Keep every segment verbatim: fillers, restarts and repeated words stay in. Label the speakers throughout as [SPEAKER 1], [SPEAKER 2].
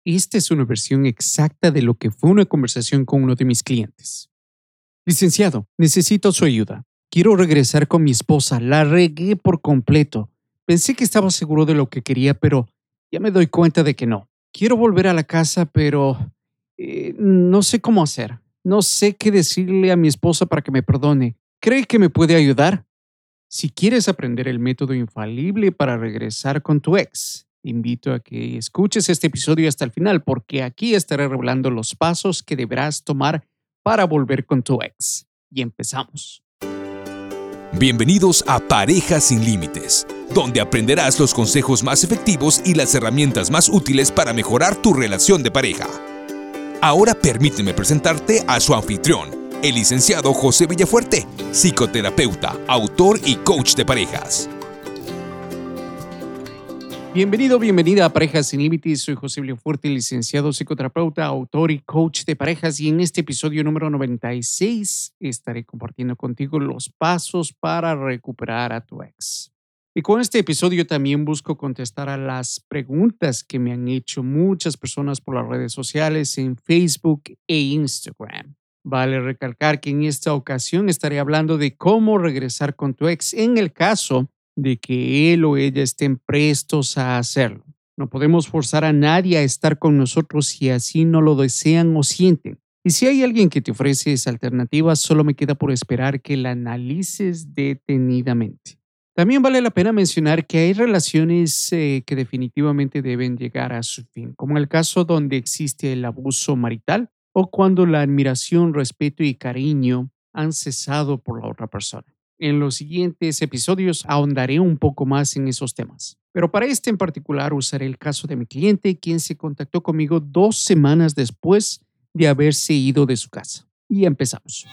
[SPEAKER 1] Esta es una versión exacta de lo que fue una conversación con uno de mis clientes. Licenciado, necesito su ayuda. Quiero regresar con mi esposa. La regué por completo. Pensé que estaba seguro de lo que quería, pero ya me doy cuenta de que no. Quiero volver a la casa, pero eh, no sé cómo hacer. No sé qué decirle a mi esposa para que me perdone. ¿Cree que me puede ayudar? Si quieres aprender el método infalible para regresar con tu ex, te invito a que escuches este episodio hasta el final, porque aquí estaré revelando los pasos que deberás tomar para volver con tu ex. Y empezamos.
[SPEAKER 2] Bienvenidos a Parejas sin Límites, donde aprenderás los consejos más efectivos y las herramientas más útiles para mejorar tu relación de pareja. Ahora permíteme presentarte a su anfitrión, el licenciado José Villafuerte, psicoterapeuta, autor y coach de parejas.
[SPEAKER 1] Bienvenido, bienvenida a Parejas sin Límites. Soy José Villafuerte, licenciado psicoterapeuta, autor y coach de parejas. Y en este episodio número noventa y seis estaré compartiendo contigo los pasos para recuperar a tu ex. Y con este episodio también busco contestar a las preguntas que me han hecho muchas personas por las redes sociales en Facebook e Instagram. Vale recalcar que en esta ocasión estaré hablando de cómo regresar con tu ex en el caso de que él o ella estén prestos a hacerlo. No podemos forzar a nadie a estar con nosotros si así no lo desean o sienten. Y si hay alguien que te ofrece esa alternativa, solo me queda por esperar que la analices detenidamente. También vale la pena mencionar que hay relaciones eh, que definitivamente deben llegar a su fin, como el caso donde existe el abuso marital o cuando la admiración, respeto y cariño han cesado por la otra persona. En los siguientes episodios ahondaré un poco más en esos temas. Pero para este en particular usaré el caso de mi cliente, quien se contactó conmigo dos semanas después de haberse ido de su casa. Y empezamos.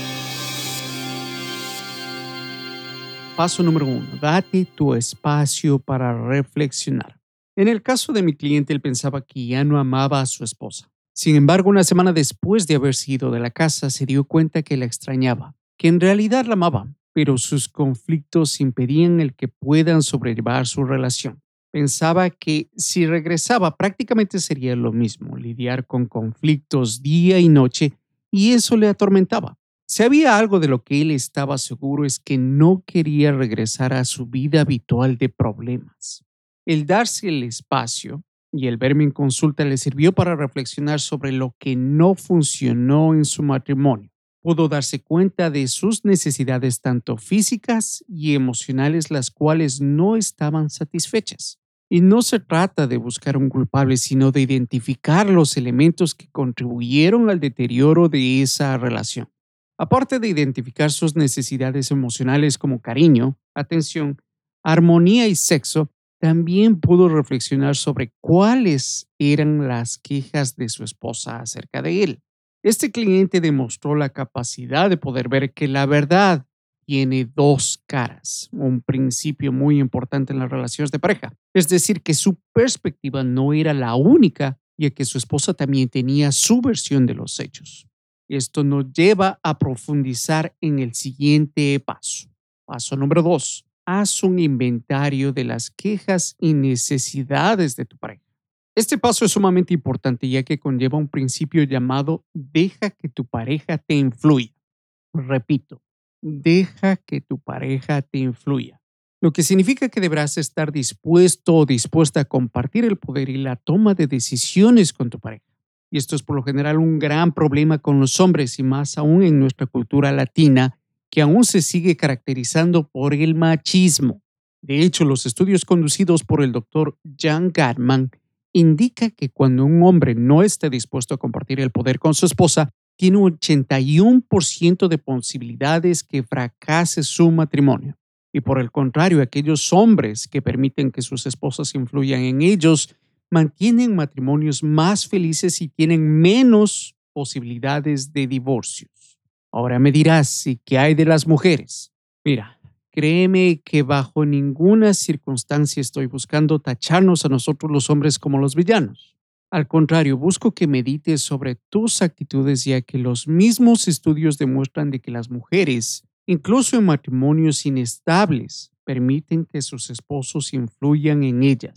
[SPEAKER 1] Paso número uno. Date tu espacio para reflexionar. En el caso de mi cliente, él pensaba que ya no amaba a su esposa. Sin embargo, una semana después de haberse ido de la casa, se dio cuenta que la extrañaba, que en realidad la amaba, pero sus conflictos impedían el que puedan sobrellevar su relación. Pensaba que si regresaba prácticamente sería lo mismo, lidiar con conflictos día y noche, y eso le atormentaba. Si había algo de lo que él estaba seguro es que no quería regresar a su vida habitual de problemas. El darse el espacio y el verme en consulta le sirvió para reflexionar sobre lo que no funcionó en su matrimonio. Pudo darse cuenta de sus necesidades tanto físicas y emocionales, las cuales no estaban satisfechas. Y no se trata de buscar un culpable, sino de identificar los elementos que contribuyeron al deterioro de esa relación. Aparte de identificar sus necesidades emocionales como cariño, atención, armonía y sexo, también pudo reflexionar sobre cuáles eran las quejas de su esposa acerca de él. Este cliente demostró la capacidad de poder ver que la verdad tiene dos caras, un principio muy importante en las relaciones de pareja. Es decir, que su perspectiva no era la única, ya que su esposa también tenía su versión de los hechos. Esto nos lleva a profundizar en el siguiente paso. Paso número dos. Haz un inventario de las quejas y necesidades de tu pareja. Este paso es sumamente importante ya que conlleva un principio llamado deja que tu pareja te influya. Repito, deja que tu pareja te influya. Lo que significa que deberás estar dispuesto o dispuesta a compartir el poder y la toma de decisiones con tu pareja. Y esto es por lo general un gran problema con los hombres y más aún en nuestra cultura latina, que aún se sigue caracterizando por el machismo. De hecho, los estudios conducidos por el doctor Jan Gatman indican que cuando un hombre no está dispuesto a compartir el poder con su esposa, tiene un ochenta y uno por ciento de posibilidades que fracase su matrimonio. Y por el contrario, aquellos hombres que permiten que sus esposas influyan en ellos mantienen matrimonios más felices y tienen menos posibilidades de divorcios. Ahora me dirás, ¿y qué hay de las mujeres? Mira, créeme que bajo ninguna circunstancia estoy buscando tacharnos a nosotros los hombres como los villanos. Al contrario, busco que medites sobre tus actitudes, ya que los mismos estudios demuestran de que las mujeres, incluso en matrimonios inestables, permiten que sus esposos influyan en ellas.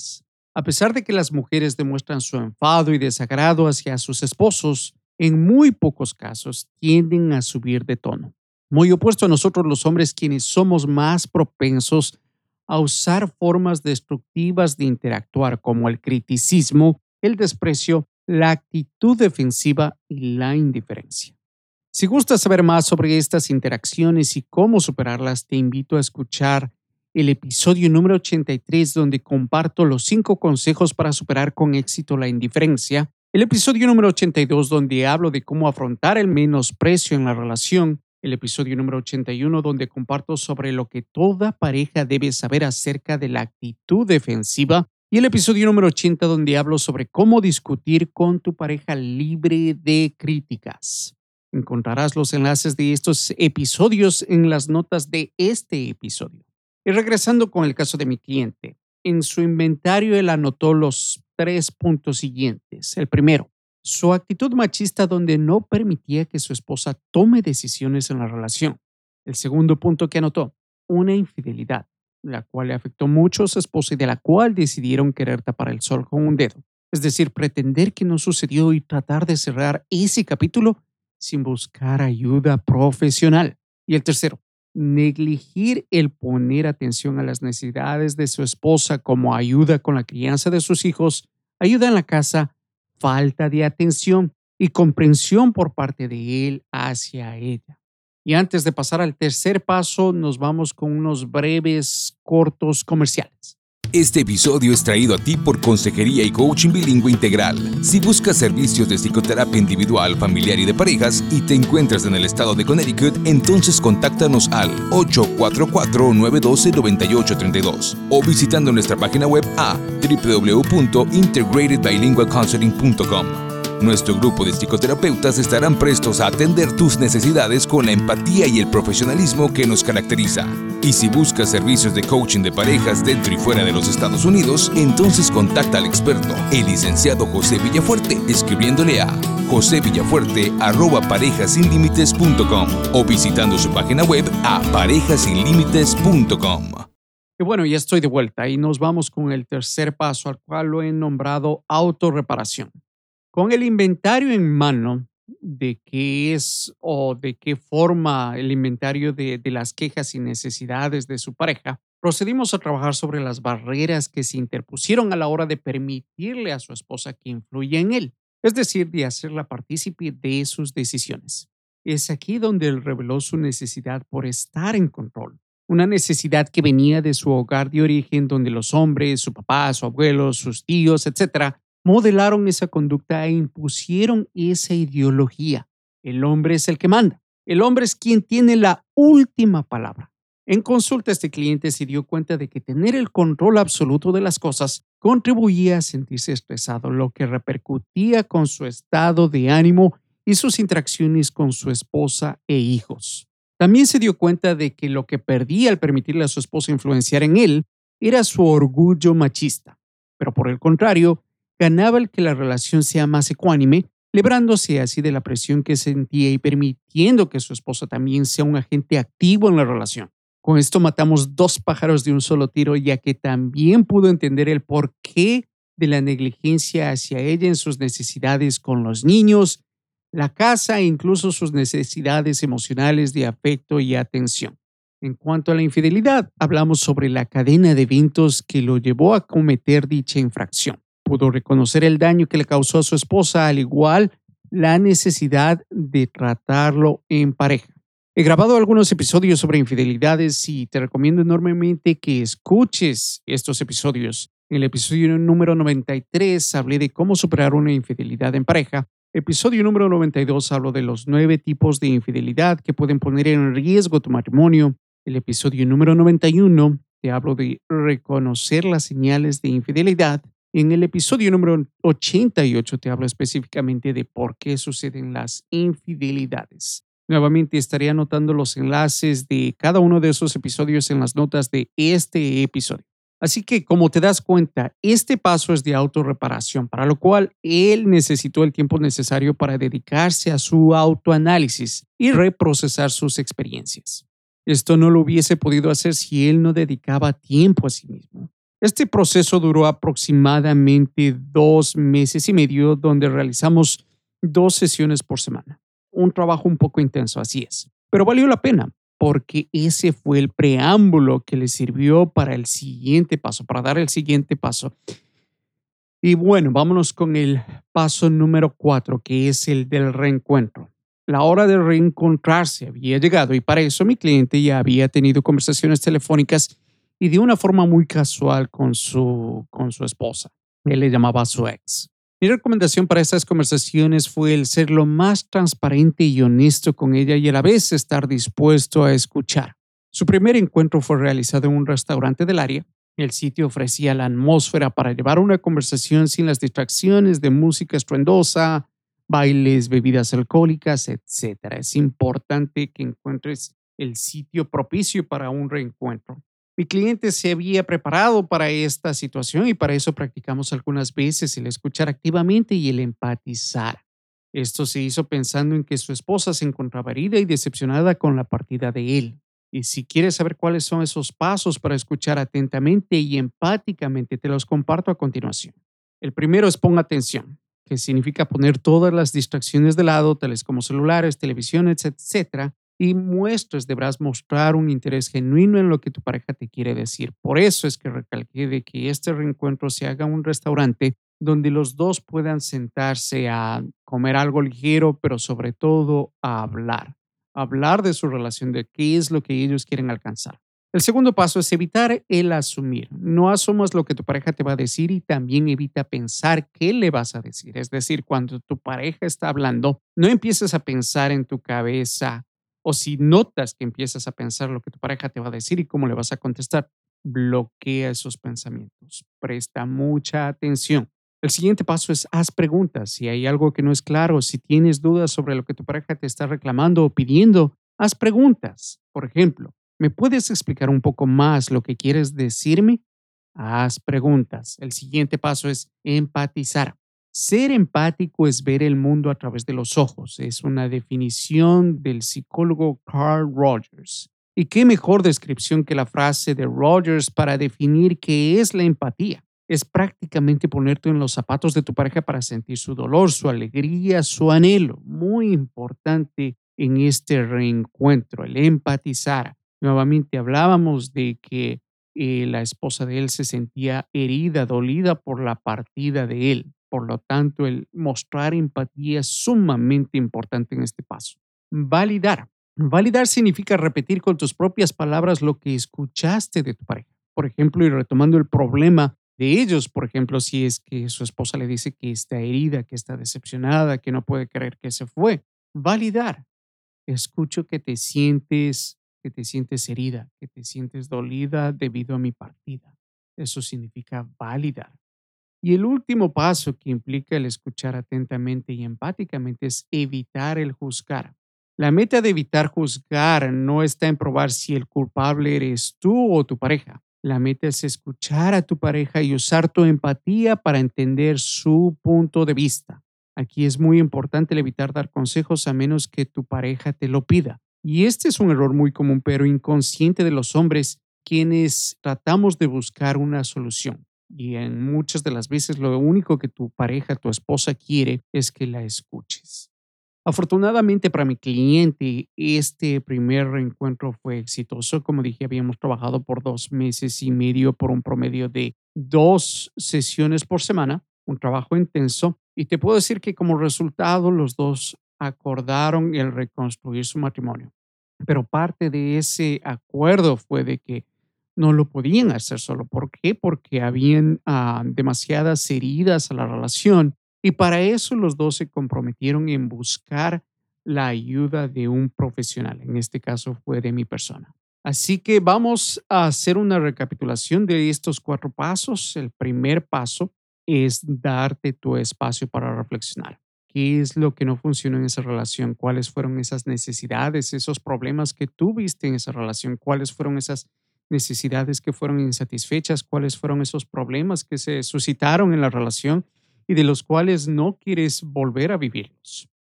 [SPEAKER 1] A pesar de que las mujeres demuestran su enfado y desagrado hacia sus esposos, en muy pocos casos tienden a subir de tono. Muy opuesto a nosotros los hombres, quienes somos más propensos a usar formas destructivas de interactuar como el criticismo, el desprecio, la actitud defensiva y la indiferencia. Si gustas saber más sobre estas interacciones y cómo superarlas, te invito a escuchar el episodio número ochenta y tres, donde comparto los cinco consejos para superar con éxito la indiferencia, el episodio número ochenta y dos, donde hablo de cómo afrontar el menosprecio en la relación, el episodio número ochenta y uno, donde comparto sobre lo que toda pareja debe saber acerca de la actitud defensiva, y el episodio número ochenta, donde hablo sobre cómo discutir con tu pareja libre de críticas. Encontrarás los enlaces de estos episodios en las notas de este episodio. Y regresando con el caso de mi cliente, en su inventario él anotó los tres puntos siguientes. El primero, su actitud machista, donde no permitía que su esposa tome decisiones en la relación. El segundo punto que anotó, una infidelidad, la cual le afectó mucho a su esposa y de la cual decidieron querer tapar el sol con un dedo. Es decir, pretender que no sucedió y tratar de cerrar ese capítulo sin buscar ayuda profesional. Y el tercero, negligir el poner atención a las necesidades de su esposa, como ayuda con la crianza de sus hijos, ayuda en la casa, falta de atención y comprensión por parte de él hacia ella. Y antes de pasar al tercer paso, nos vamos con unos breves, cortos comerciales.
[SPEAKER 2] Este episodio es traído a ti por Consejería y Coaching Bilingüe Integral. Si buscas servicios de psicoterapia individual, familiar y de parejas y te encuentras en el estado de Connecticut, entonces contáctanos al ocho cuatro cuatro, nueve uno dos, nueve ocho tres dos o visitando nuestra página web a doble u doble u doble u punto integrated bilingual counseling punto com. Nuestro grupo de psicoterapeutas estarán prestos a atender tus necesidades con la empatía y el profesionalismo que nos caracteriza. Y si buscas servicios de coaching de parejas dentro y fuera de los Estados Unidos, entonces contacta al experto, el licenciado José Villafuerte, escribiéndole a josevillafuerte arroba parejasinlimites punto com o visitando su página web a parejasinlimites punto com.
[SPEAKER 1] Y bueno, ya estoy de vuelta y nos vamos con el tercer paso, al cual lo he nombrado autorreparación. Con el inventario en mano de qué es o de qué forma el inventario de, de las quejas y necesidades de su pareja, procedimos a trabajar sobre las barreras que se interpusieron a la hora de permitirle a su esposa que influya en él, es decir, de hacerla partícipe de sus decisiones. Es aquí donde él reveló su necesidad por estar en control, una necesidad que venía de su hogar de origen, donde los hombres, su papá, su abuelo, sus tíos, etcétera, modelaron esa conducta e impusieron esa ideología. El hombre es el que manda. El hombre es quien tiene la última palabra. En consulta, este cliente se dio cuenta de que tener el control absoluto de las cosas contribuía a sentirse estresado, lo que repercutía con su estado de ánimo y sus interacciones con su esposa e hijos. También se dio cuenta de que lo que perdía al permitirle a su esposa influenciar en él era su orgullo machista. Pero por el contrario, ganaba el que la relación sea más ecuánime, librándose así de la presión que sentía y permitiendo que su esposa también sea un agente activo en la relación. Con esto matamos dos pájaros de un solo tiro, ya que también pudo entender el porqué de la negligencia hacia ella en sus necesidades con los niños, la casa e incluso sus necesidades emocionales de afecto y atención. En cuanto a la infidelidad, hablamos sobre la cadena de eventos que lo llevó a cometer dicha infracción. Pudo reconocer el daño que le causó a su esposa, al igual la necesidad de tratarlo en pareja. He grabado algunos episodios sobre infidelidades y te recomiendo enormemente que escuches estos episodios. En el episodio número noventa y tres hablé de cómo superar una infidelidad en pareja. Episodio número noventa y dos hablo de los nueve tipos de infidelidad que pueden poner en riesgo tu matrimonio. El episodio número noventa y uno te hablo de reconocer las señales de infidelidad. En el episodio número ochenta y ocho te hablo específicamente de por qué suceden las infidelidades. Nuevamente estaré anotando los enlaces de cada uno de esos episodios en las notas de este episodio. Así que, como te das cuenta, este paso es de autorreparación, para lo cual él necesitó el tiempo necesario para dedicarse a su autoanálisis y reprocesar sus experiencias. Esto no lo hubiese podido hacer si él no dedicaba tiempo a sí mismo. Este proceso duró aproximadamente dos meses y medio, donde realizamos dos sesiones por semana. Un trabajo un poco intenso, así es, pero valió la pena porque ese fue el preámbulo que le sirvió para el siguiente paso, para dar el siguiente paso. Y bueno, vámonos con el paso número cuatro, que es el del reencuentro. La hora de reencontrarse había llegado y para eso mi cliente ya había tenido conversaciones telefónicas y de una forma muy casual con su, con su esposa. Él le llamaba a su ex. Mi recomendación para esas conversaciones fue el ser lo más transparente y honesto con ella y a la vez estar dispuesto a escuchar. Su primer encuentro fue realizado en un restaurante del área. El sitio ofrecía la atmósfera para llevar una conversación sin las distracciones de música estruendosa, bailes, bebidas alcohólicas, etcétera. Es importante que encuentres el sitio propicio para un reencuentro. Mi cliente se había preparado para esta situación y para eso practicamos algunas veces el escuchar activamente y el empatizar. Esto se hizo pensando en que su esposa se encontraba herida y decepcionada con la partida de él. Y si quieres saber cuáles son esos pasos para escuchar atentamente y empáticamente, te los comparto a continuación. El primero es pon atención, que significa poner todas las distracciones de lado, tales como celulares, televisiones, etcétera, y muestres, deberás mostrar un interés genuino en lo que tu pareja te quiere decir. Por eso es que recalqué de que este reencuentro se haga en un restaurante donde los dos puedan sentarse a comer algo ligero, pero sobre todo a hablar. Hablar de su relación, de qué es lo que ellos quieren alcanzar. El segundo paso es evitar el asumir. No asumas lo que tu pareja te va a decir y también evita pensar qué le vas a decir. Es decir, cuando tu pareja está hablando, no empieces a pensar en tu cabeza o si notas que empiezas a pensar lo que tu pareja te va a decir y cómo le vas a contestar, bloquea esos pensamientos. Presta mucha atención. El siguiente paso es haz preguntas. Si hay algo que no es claro, si tienes dudas sobre lo que tu pareja te está reclamando o pidiendo, haz preguntas. Por ejemplo, ¿me puedes explicar un poco más lo que quieres decirme? Haz preguntas. El siguiente paso es empatizar. Ser empático es ver el mundo a través de los ojos. Es una definición del psicólogo Carl Rogers. ¿Y qué mejor descripción que la frase de Rogers para definir qué es la empatía? Es prácticamente ponerte en los zapatos de tu pareja para sentir su dolor, su alegría, su anhelo. Muy importante en este reencuentro, el empatizar. Nuevamente hablábamos de que eh, la esposa de él se sentía herida, dolida por la partida de él. Por lo tanto, el mostrar empatía es sumamente importante en este paso. Validar. Validar significa repetir con tus propias palabras lo que escuchaste de tu pareja. Por ejemplo, y retomando el problema de ellos, por ejemplo, si es que su esposa le dice que está herida, que está decepcionada, que no puede creer que se fue. Validar. Escucho que te sientes, que te sientes herida, que te sientes dolida debido a mi partida. Eso significa validar. Y el último paso que implica el escuchar atentamente y empáticamente es evitar el juzgar. La meta de evitar juzgar no está en probar si el culpable eres tú o tu pareja. La meta es escuchar a tu pareja y usar tu empatía para entender su punto de vista. Aquí es muy importante el evitar dar consejos a menos que tu pareja te lo pida. Y este es un error muy común, pero inconsciente de los hombres, quienes tratamos de buscar una solución. Y en muchas de las veces lo único que tu pareja, tu esposa quiere es que la escuches. Afortunadamente para mi cliente, este primer reencuentro fue exitoso. Como dije, habíamos trabajado por dos meses y medio por un promedio de dos sesiones por semana, un trabajo intenso. Y te puedo decir que como resultado los dos acordaron el reconstruir su matrimonio. Pero parte de ese acuerdo fue de que no lo podían hacer solo. ¿Por qué? Porque habían ah, demasiadas heridas a la relación y para eso los dos se comprometieron en buscar la ayuda de un profesional. En este caso fue de mi persona. Así que vamos a hacer una recapitulación de estos cuatro pasos. El primer paso es darte tu espacio para reflexionar. ¿Qué es lo que no funcionó en esa relación? ¿Cuáles fueron esas necesidades, esos problemas que tuviste en esa relación? ¿Cuáles fueron esas necesidades que fueron insatisfechas? ¿Cuáles fueron esos problemas que se suscitaron en la relación y de los cuales no quieres volver a vivirlos?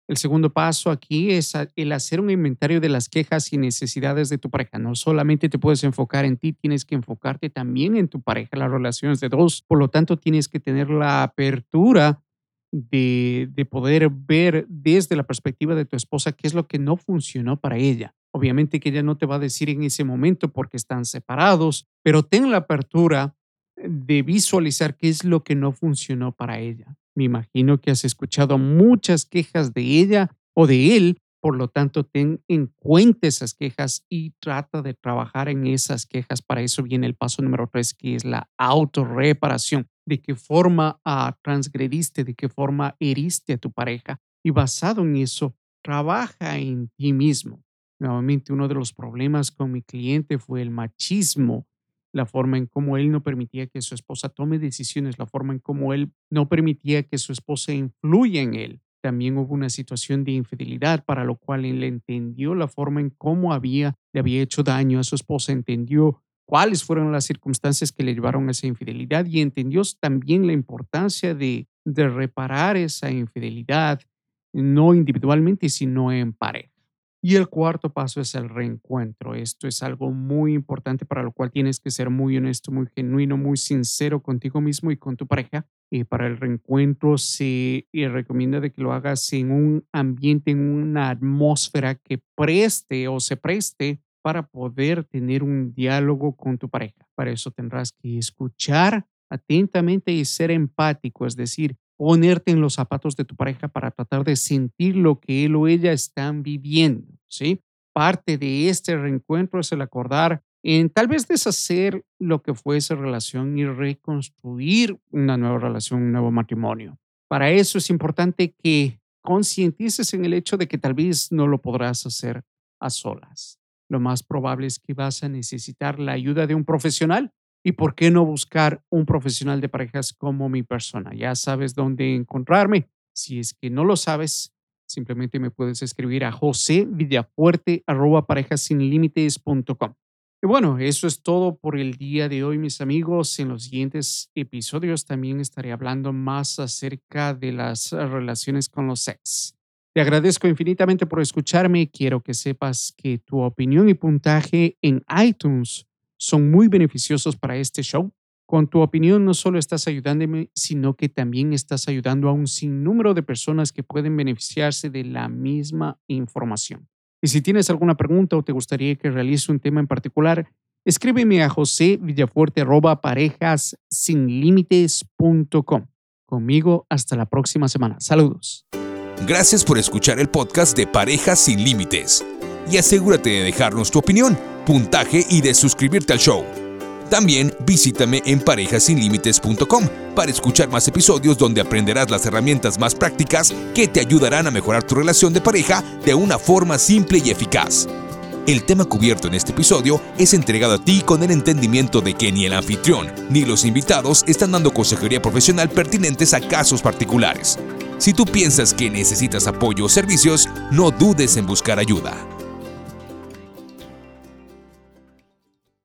[SPEAKER 1] El segundo paso aquí es el hacer un inventario de las quejas y necesidades de tu pareja. No solamente te puedes enfocar en ti, tienes que enfocarte también en tu pareja, las relaciones de dos. Por lo tanto, tienes que tener la apertura de, de poder ver desde la perspectiva de tu esposa qué es lo que no funcionó para ella. Obviamente que ella no te va a decir en ese momento porque están separados, pero ten la apertura de visualizar qué es lo que no funcionó para ella. Me imagino que has escuchado muchas quejas de ella o de él, por lo tanto, ten en cuenta esas quejas y trata de trabajar en esas quejas. Para eso viene el paso número tres, que es la autorreparación. De qué forma uh, transgrediste, de qué forma heriste a tu pareja. Y basado en eso, trabaja en ti mismo. Nuevamente, uno de los problemas con mi cliente fue el machismo, la forma en cómo él no permitía que su esposa tome decisiones, la forma en cómo él no permitía que su esposa influya en él. También hubo una situación de infidelidad, para lo cual él entendió la forma en cómo había, le había hecho daño a su esposa, entendió cuáles fueron las circunstancias que le llevaron a esa infidelidad y entendió también la importancia de, de reparar esa infidelidad, no individualmente, sino en pareja. Y el cuarto paso es el reencuentro. Esto es algo muy importante para lo cual tienes que ser muy honesto, muy genuino, muy sincero contigo mismo y con tu pareja. Y para el reencuentro se recomienda de que lo hagas en un ambiente, en una atmósfera que preste o se preste para poder tener un diálogo con tu pareja. Para eso tendrás que escuchar atentamente y ser empático, es decir, ponerte en los zapatos de tu pareja para tratar de sentir lo que él o ella están viviendo, ¿sí? Parte de este reencuentro es el acordar en tal vez deshacer lo que fue esa relación y reconstruir una nueva relación, un nuevo matrimonio. Para eso es importante que concientices en el hecho de que tal vez no lo podrás hacer a solas. Lo más probable es que vas a necesitar la ayuda de un profesional. ¿Y por qué no buscar un profesional de parejas como mi persona? Ya sabes dónde encontrarme. Si es que no lo sabes, simplemente me puedes escribir a josevillafuerte arroba parejasinlimites punto com. Y bueno, eso es todo por el día de hoy, mis amigos. En los siguientes episodios también estaré hablando más acerca de las relaciones con los ex. Te agradezco infinitamente por escucharme. Quiero que sepas que tu opinión y puntaje en iTunes son muy beneficiosos para este show. Con tu opinión no solo estás ayudándome, sino que también estás ayudando a un sinnúmero de personas que pueden beneficiarse de la misma información. Y si tienes alguna pregunta o te gustaría que realice un tema en particular, escríbeme a josevillafuerte arroba parejasinlimites punto com. Conmigo hasta la próxima semana. Saludos.
[SPEAKER 2] Gracias por escuchar el podcast de Parejas Sin Límites. Y asegúrate de dejarnos tu opinión, puntaje y de suscribirte al show. También visítame en parejas sin límites punto com para escuchar más episodios donde aprenderás las herramientas más prácticas que te ayudarán a mejorar tu relación de pareja de una forma simple y eficaz. El tema cubierto en este episodio es entregado a ti con el entendimiento de que ni el anfitrión ni los invitados están dando consejería profesional pertinentes a casos particulares. Si tú piensas que necesitas apoyo o servicios, no dudes en buscar ayuda.